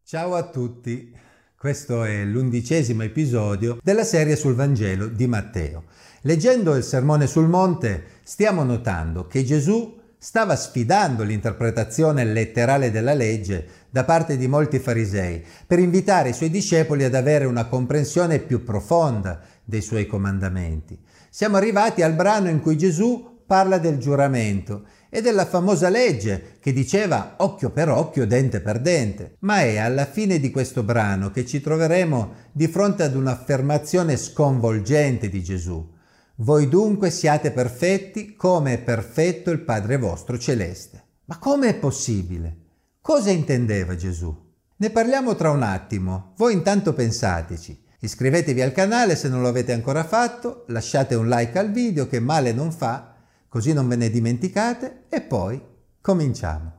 Ciao a tutti, questo è l'11° episodio della serie sul Vangelo di Matteo. Leggendo il Sermone sul Monte stiamo notando che Gesù stava sfidando l'interpretazione letterale della legge da parte di molti farisei per invitare i suoi discepoli ad avere una comprensione più profonda dei suoi comandamenti. Siamo arrivati al brano in cui Gesù parla del giuramento e della famosa legge che diceva occhio per occhio, dente per dente. Ma è alla fine di questo brano che ci troveremo di fronte ad un'affermazione sconvolgente di Gesù. Voi dunque siate perfetti come è perfetto il Padre vostro celeste. Ma come è possibile? Cosa intendeva Gesù? Ne parliamo tra un attimo, voi intanto pensateci. Iscrivetevi al canale se non lo avete ancora fatto, lasciate un like al video che male non fa, così non ve ne dimenticate, e poi cominciamo.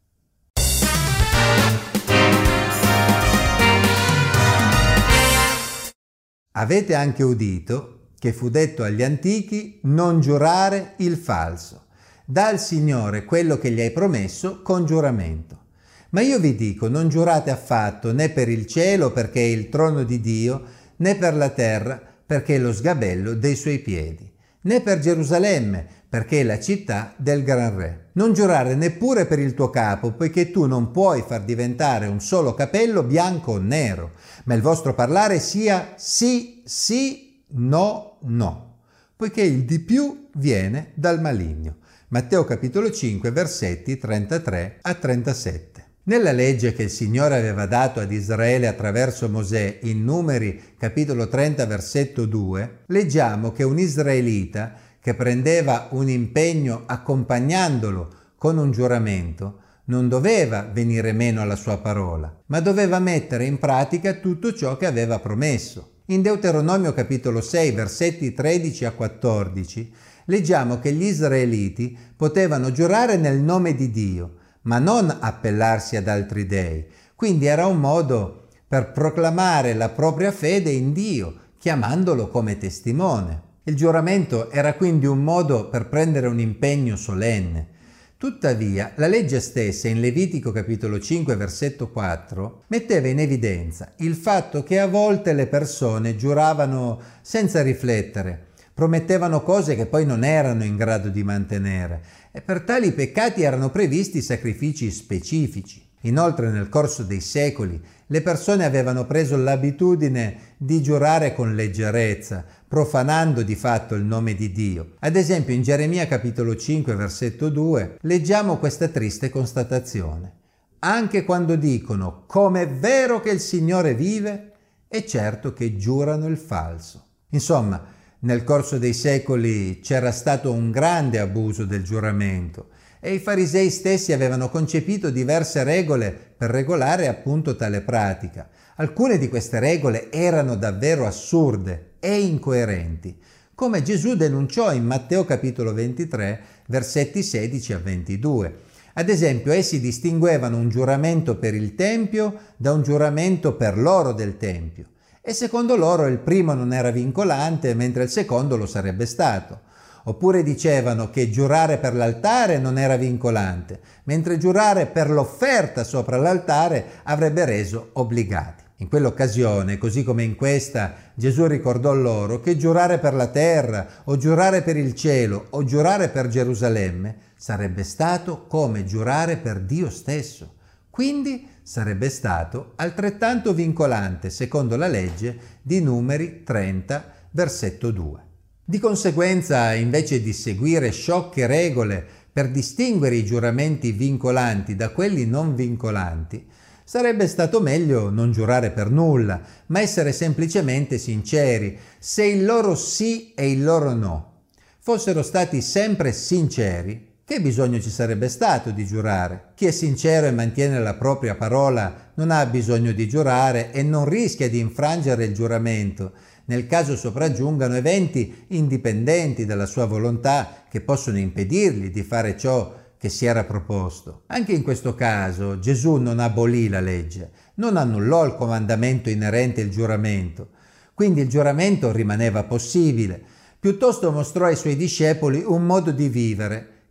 Avete anche udito che fu detto agli antichi non giurare il falso. Dà al Signore quello che gli hai promesso con giuramento. Ma io vi dico, non giurate affatto né per il cielo perché è il trono di Dio, né per la terra perché è lo sgabello dei suoi piedi, né per Gerusalemme perché è la città del Gran Re. Non giurare neppure per il tuo capo, poiché tu non puoi far diventare un solo capello bianco o nero, ma il vostro parlare sia sì, sì, no, no, poiché il di più viene dal maligno. Matteo capitolo 5, versetti 33 a 37. Nella legge che il Signore aveva dato ad Israele attraverso Mosè in Numeri capitolo 30 versetto 2, leggiamo che un israelita che prendeva un impegno accompagnandolo con un giuramento non doveva venire meno alla sua parola, ma doveva mettere in pratica tutto ciò che aveva promesso. In Deuteronomio capitolo 6 versetti 13 a 14 leggiamo che gli israeliti potevano giurare nel nome di Dio, ma non appellarsi ad altri dei. Quindi era un modo per proclamare la propria fede in Dio, chiamandolo come testimone. Il giuramento era quindi un modo per prendere un impegno solenne. Tuttavia, la legge stessa in Levitico capitolo 5 versetto 4 metteva in evidenza il fatto che a volte le persone giuravano senza riflettere, promettevano cose che poi non erano in grado di mantenere e per tali peccati erano previsti sacrifici specifici. Inoltre nel corso dei secoli le persone avevano preso l'abitudine di giurare con leggerezza, profanando di fatto il nome di Dio. Ad esempio in Geremia capitolo 5 versetto 2 leggiamo questa triste constatazione. Anche quando dicono com'è vero che il Signore vive, è certo che giurano il falso. Insomma, nel corso dei secoli c'era stato un grande abuso del giuramento e i farisei stessi avevano concepito diverse regole per regolare appunto tale pratica. Alcune di queste regole erano davvero assurde e incoerenti, come Gesù denunciò in Matteo capitolo 23, versetti 16 a 22. Ad esempio, essi distinguevano un giuramento per il Tempio da un giuramento per l'oro del Tempio. E secondo loro il primo non era vincolante, mentre il secondo lo sarebbe stato. Oppure dicevano che giurare per l'altare non era vincolante, mentre giurare per l'offerta sopra l'altare avrebbe reso obbligati. In quell'occasione, così come in questa, Gesù ricordò loro che giurare per la terra, o giurare per il cielo, o giurare per Gerusalemme sarebbe stato come giurare per Dio stesso. Quindi sarebbe stato altrettanto vincolante secondo la legge di Numeri 30, versetto 2. Di conseguenza, invece di seguire sciocche regole per distinguere i giuramenti vincolanti da quelli non vincolanti, sarebbe stato meglio non giurare per nulla, ma essere semplicemente sinceri, se il loro sì e il loro no fossero stati sempre sinceri. Che bisogno ci sarebbe stato di giurare? Chi è sincero e mantiene la propria parola non ha bisogno di giurare e non rischia di infrangere il giuramento, nel caso sopraggiungano eventi indipendenti dalla sua volontà che possono impedirgli di fare ciò che si era proposto. Anche in questo caso Gesù non abolì la legge, non annullò il comandamento inerente al giuramento, quindi il giuramento rimaneva possibile. Piuttosto mostrò ai suoi discepoli un modo di vivere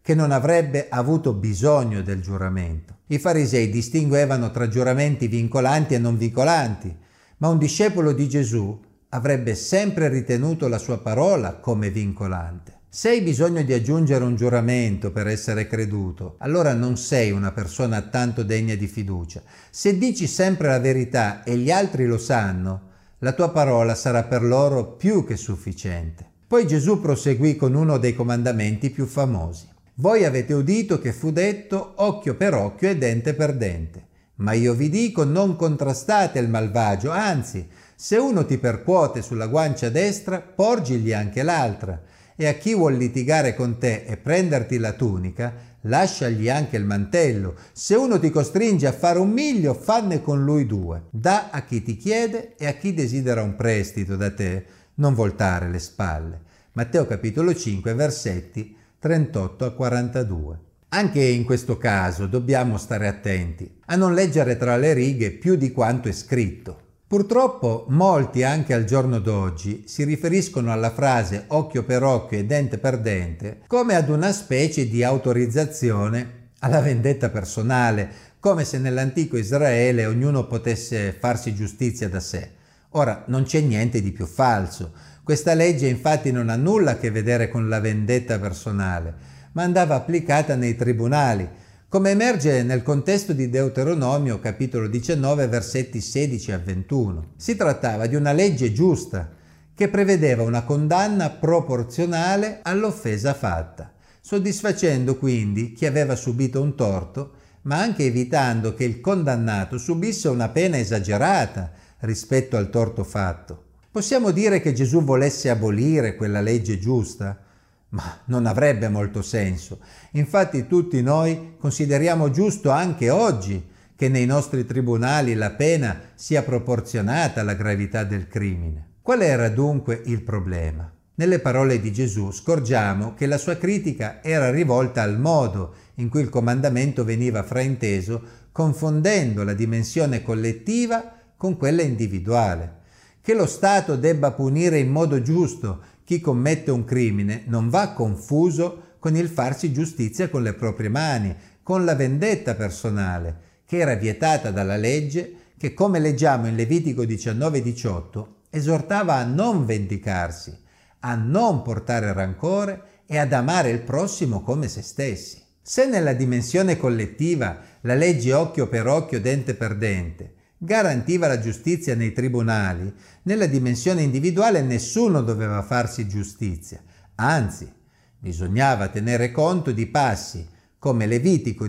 che non avrebbe avuto bisogno del giuramento. I farisei distinguevano tra giuramenti vincolanti e non vincolanti, ma un discepolo di Gesù avrebbe sempre ritenuto la sua parola come vincolante. Se hai bisogno di aggiungere un giuramento per essere creduto, allora non sei una persona tanto degna di fiducia. Se dici sempre la verità e gli altri lo sanno, la tua parola sarà per loro più che sufficiente. Poi Gesù proseguì con uno dei comandamenti più famosi. Voi avete udito che fu detto occhio per occhio e dente per dente. Ma io vi dico, non contrastate il malvagio, anzi, se uno ti percuote sulla guancia destra, porgigli anche l'altra. E a chi vuol litigare con te e prenderti la tunica, lasciagli anche il mantello. Se uno ti costringe a fare un miglio, fanne con lui 2. Dà a chi ti chiede e a chi desidera un prestito da te, non voltare le spalle. Matteo capitolo 5, versetti 38 a 42. Anche in questo caso dobbiamo stare attenti a non leggere tra le righe più di quanto è scritto. Purtroppo molti anche al giorno d'oggi si riferiscono alla frase occhio per occhio e dente per dente come ad una specie di autorizzazione alla vendetta personale, come se nell'antico Israele ognuno potesse farsi giustizia da sé. Ora, non c'è niente di più falso. Questa legge infatti non ha nulla a che vedere con la vendetta personale, ma andava applicata nei tribunali, come emerge nel contesto di Deuteronomio capitolo 19 versetti 16 a 21. Si trattava di una legge giusta che prevedeva una condanna proporzionale all'offesa fatta, soddisfacendo quindi chi aveva subito un torto, ma anche evitando che il condannato subisse una pena esagerata rispetto al torto fatto. Possiamo dire che Gesù volesse abolire quella legge giusta? Ma non avrebbe molto senso. Infatti tutti noi consideriamo giusto anche oggi che nei nostri tribunali la pena sia proporzionata alla gravità del crimine. Qual era dunque il problema? Nelle parole di Gesù scorgiamo che la sua critica era rivolta al modo in cui il comandamento veniva frainteso, confondendo la dimensione collettiva con quella individuale. Che lo Stato debba punire in modo giusto chi commette un crimine non va confuso con il farsi giustizia con le proprie mani, con la vendetta personale, che era vietata dalla legge che, come leggiamo in Levitico 19-18, esortava a non vendicarsi, a non portare rancore e ad amare il prossimo come se stessi. Se nella dimensione collettiva la legge occhio per occhio, dente per dente garantiva la giustizia nei tribunali, nella dimensione individuale nessuno doveva farsi giustizia, anzi, bisognava tenere conto di passi come Levitico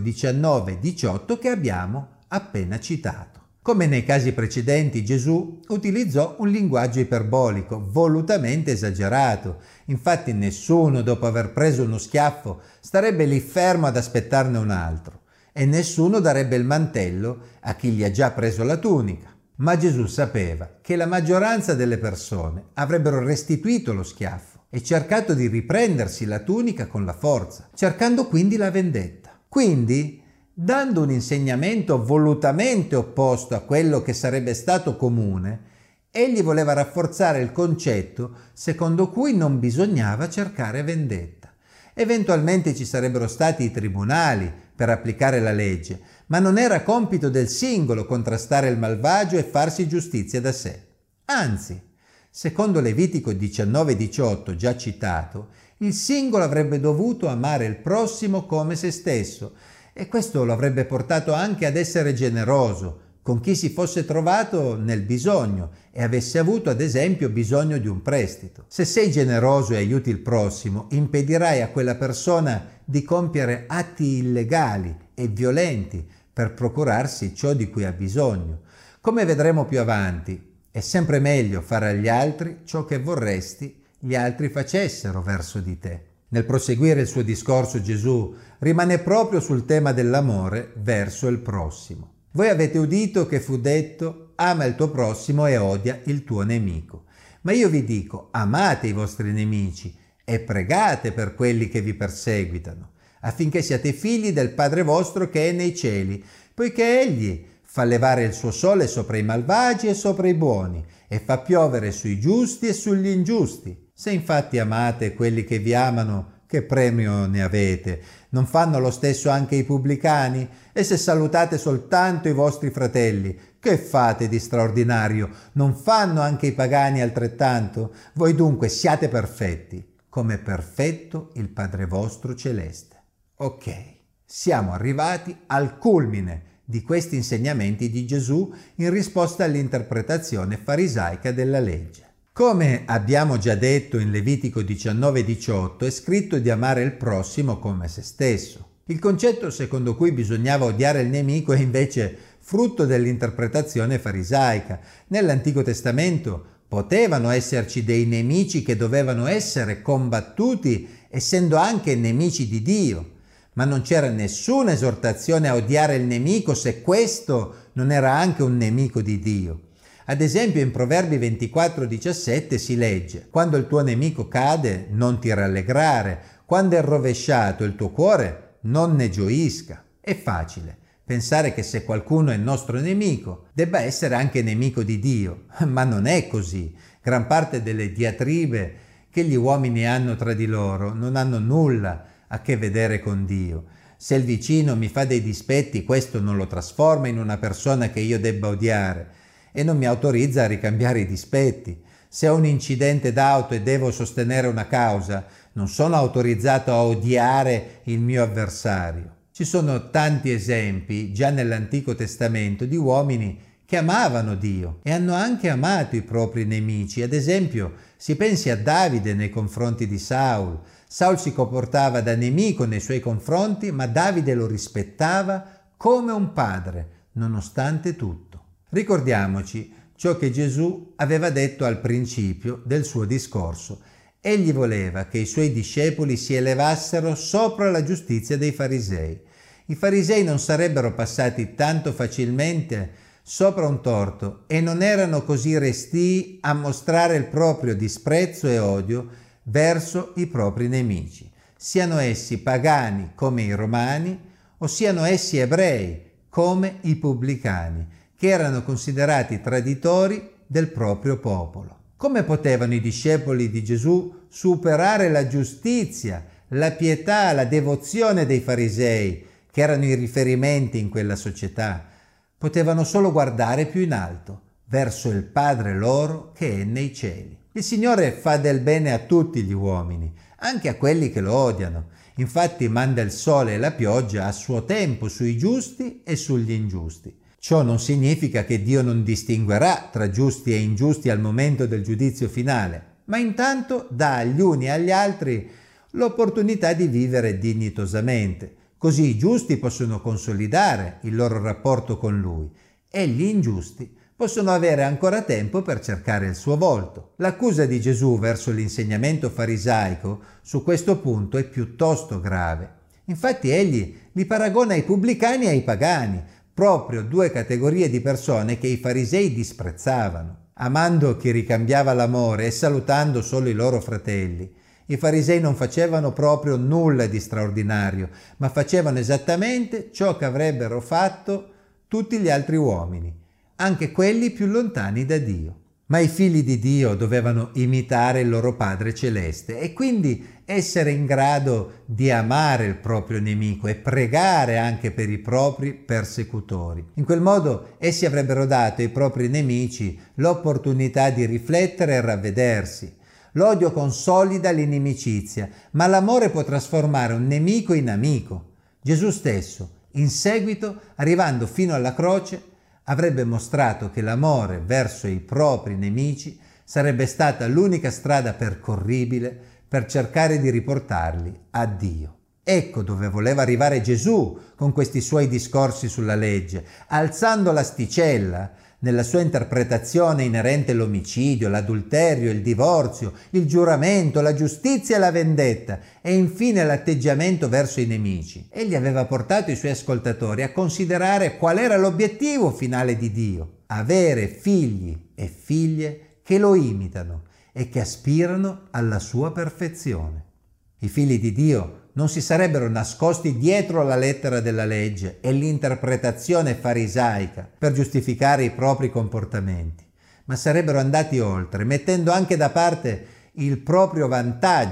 19-18 che abbiamo appena citato. Come nei casi precedenti, Gesù utilizzò un linguaggio iperbolico, volutamente esagerato. Infatti nessuno, dopo aver preso uno schiaffo, starebbe lì fermo ad aspettarne un altro. E nessuno darebbe il mantello a chi gli ha già preso la tunica. Ma Gesù sapeva che la maggioranza delle persone avrebbero restituito lo schiaffo e cercato di riprendersi la tunica con la forza, cercando quindi la vendetta. Quindi, dando un insegnamento volutamente opposto a quello che sarebbe stato comune, egli voleva rafforzare il concetto secondo cui non bisognava cercare vendetta. Eventualmente ci sarebbero stati i tribunali per applicare la legge, ma non era compito del singolo contrastare il malvagio e farsi giustizia da sé. Anzi, secondo Levitico 19-18 già citato, il singolo avrebbe dovuto amare il prossimo come se stesso e questo lo avrebbe portato anche ad essere generoso con chi si fosse trovato nel bisogno e avesse avuto ad esempio bisogno di un prestito. Se sei generoso e aiuti il prossimo, impedirai a quella persona di compiere atti illegali e violenti per procurarsi ciò di cui ha bisogno. Come vedremo più avanti, è sempre meglio fare agli altri ciò che vorresti gli altri facessero verso di te. Nel proseguire il suo discorso Gesù rimane proprio sul tema dell'amore verso il prossimo. Voi avete udito che fu detto ama il tuo prossimo e odia il tuo nemico. Ma io vi dico amate i vostri nemici e pregate per quelli che vi perseguitano, affinché siate figli del Padre vostro che è nei cieli, poiché Egli fa levare il suo sole sopra i malvagi e sopra i buoni, e fa piovere sui giusti e sugli ingiusti. Se infatti amate quelli che vi amano, Che premio ne avete? Non fanno lo stesso anche i pubblicani? E se salutate soltanto i vostri fratelli, che fate di straordinario? Non fanno anche i pagani altrettanto? Voi dunque siate perfetti, come è perfetto il Padre vostro celeste. Ok, siamo arrivati al culmine di questi insegnamenti di Gesù in risposta all'interpretazione farisaica della legge. Come abbiamo già detto in Levitico 19:18, è scritto di amare il prossimo come se stesso. Il concetto secondo cui bisognava odiare il nemico è invece frutto dell'interpretazione farisaica. Nell'Antico Testamento potevano esserci dei nemici che dovevano essere combattuti, essendo anche nemici di Dio, ma non c'era nessuna esortazione a odiare il nemico se questo non era anche un nemico di Dio. Ad esempio in Proverbi 24:17 si legge: quando il tuo nemico cade, non ti rallegrare, quando è rovesciato il tuo cuore, non ne gioisca. È facile pensare che se qualcuno è il nostro nemico, debba essere anche nemico di Dio, ma non è così. Gran parte delle diatribe che gli uomini hanno tra di loro non hanno nulla a che vedere con Dio. Se il vicino mi fa dei dispetti, questo non lo trasforma in una persona che io debba odiare e non mi autorizza a ricambiare i dispetti. Se ho un incidente d'auto e devo sostenere una causa, non sono autorizzato a odiare il mio avversario. Ci sono tanti esempi, già nell'Antico Testamento, di uomini che amavano Dio e hanno anche amato i propri nemici. Ad esempio, si pensi a Davide nei confronti di Saul. Saul si comportava da nemico nei suoi confronti, ma Davide lo rispettava come un padre, nonostante tutto. Ricordiamoci ciò che Gesù aveva detto al principio del suo discorso. Egli voleva che i suoi discepoli si elevassero sopra la giustizia dei farisei. I farisei non sarebbero passati tanto facilmente sopra un torto e non erano così restii a mostrare il proprio disprezzo e odio verso i propri nemici, siano essi pagani come i romani o siano essi ebrei come i pubblicani, che erano considerati traditori del proprio popolo. Come potevano i discepoli di Gesù superare la giustizia, la pietà, la devozione dei farisei, che erano i riferimenti in quella società? Potevano solo guardare più in alto, verso il Padre loro che è nei cieli. Il Signore fa del bene a tutti gli uomini, anche a quelli che lo odiano. Infatti manda il sole e la pioggia a suo tempo sui giusti e sugli ingiusti. Ciò non significa che Dio non distinguerà tra giusti e ingiusti al momento del giudizio finale, ma intanto dà agli uni e agli altri l'opportunità di vivere dignitosamente. Così i giusti possono consolidare il loro rapporto con Lui e gli ingiusti possono avere ancora tempo per cercare il suo volto. L'accusa di Gesù verso l'insegnamento farisaico su questo punto è piuttosto grave. Infatti egli li paragona ai pubblicani e ai pagani, proprio due categorie di persone che i farisei disprezzavano. Amando chi ricambiava l'amore e salutando solo i loro fratelli, i farisei non facevano proprio nulla di straordinario, ma facevano esattamente ciò che avrebbero fatto tutti gli altri uomini, anche quelli più lontani da Dio. Ma i figli di Dio dovevano imitare il loro Padre Celeste e quindi essere in grado di amare il proprio nemico e pregare anche per i propri persecutori. In quel modo essi avrebbero dato ai propri nemici l'opportunità di riflettere e ravvedersi. L'odio consolida l'inimicizia, ma l'amore può trasformare un nemico in amico. Gesù stesso, in seguito, arrivando fino alla croce, avrebbe mostrato che l'amore verso i propri nemici sarebbe stata l'unica strada percorribile per cercare di riportarli a Dio. Ecco dove voleva arrivare Gesù con questi suoi discorsi sulla legge, alzando l'asticella nella sua interpretazione inerente all'omicidio, l'adulterio, il divorzio, il giuramento, la giustizia e la vendetta e infine l'atteggiamento verso i nemici. Egli aveva portato i suoi ascoltatori a considerare qual era l'obiettivo finale di Dio: avere figli e figlie che lo imitano e che aspirano alla sua perfezione. I figli di Dio non si sarebbero nascosti dietro la lettera della legge e l'interpretazione farisaica per giustificare i propri comportamenti, ma sarebbero andati oltre, mettendo anche da parte il proprio vantaggio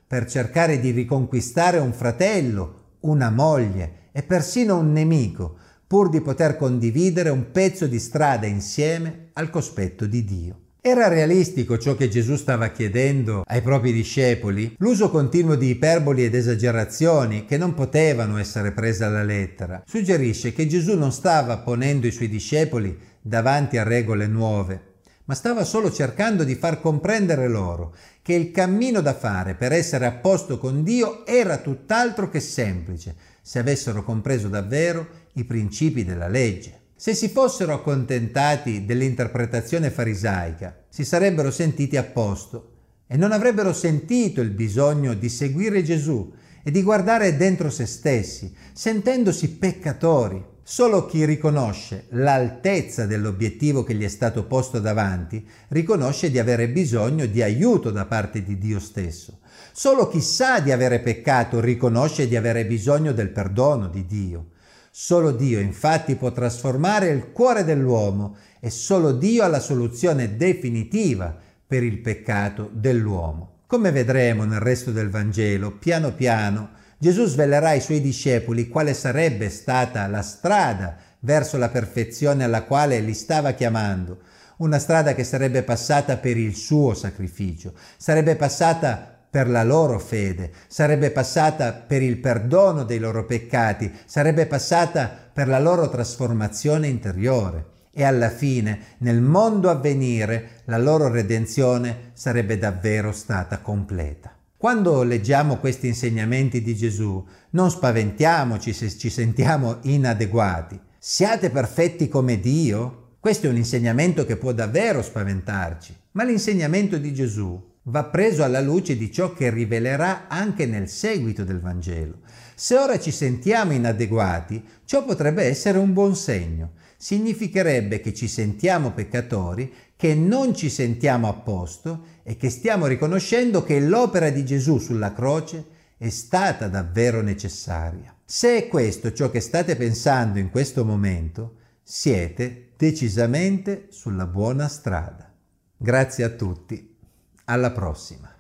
per cercare di riconquistare un fratello, una moglie e persino un nemico, pur di poter condividere un pezzo di strada insieme al cospetto di Dio. Era realistico ciò che Gesù stava chiedendo ai propri discepoli? L'uso continuo di iperboli ed esagerazioni che non potevano essere prese alla lettera suggerisce che Gesù non stava ponendo i suoi discepoli davanti a regole nuove, ma stava solo cercando di far comprendere loro che il cammino da fare per essere a posto con Dio era tutt'altro che semplice, se avessero compreso davvero i principi della legge. Se si fossero accontentati dell'interpretazione farisaica, si sarebbero sentiti a posto e non avrebbero sentito il bisogno di seguire Gesù e di guardare dentro se stessi, sentendosi peccatori. Solo chi riconosce l'altezza dell'obiettivo che gli è stato posto davanti, riconosce di avere bisogno di aiuto da parte di Dio stesso. Solo chi sa di avere peccato riconosce di avere bisogno del perdono di Dio. Solo Dio infatti può trasformare il cuore dell'uomo e solo Dio ha la soluzione definitiva per il peccato dell'uomo. Come vedremo nel resto del Vangelo, piano piano Gesù svelerà ai suoi discepoli quale sarebbe stata la strada verso la perfezione alla quale li stava chiamando, una strada che sarebbe passata per il suo sacrificio, sarebbe passata per la loro fede, sarebbe passata per il perdono dei loro peccati, sarebbe passata per la loro trasformazione interiore e alla fine, nel mondo a venire, la loro redenzione sarebbe davvero stata completa. Quando leggiamo questi insegnamenti di Gesù, non spaventiamoci se ci sentiamo inadeguati. Siate perfetti come Dio? Questo è un insegnamento che può davvero spaventarci, ma l'insegnamento di Gesù va preso alla luce di ciò che rivelerà anche nel seguito del Vangelo. Se ora ci sentiamo inadeguati, ciò potrebbe essere un buon segno. Significherebbe che ci sentiamo peccatori, che non ci sentiamo a posto e che stiamo riconoscendo che l'opera di Gesù sulla croce è stata davvero necessaria. Se è questo ciò che state pensando in questo momento, siete decisamente sulla buona strada. Grazie a tutti. Alla prossima.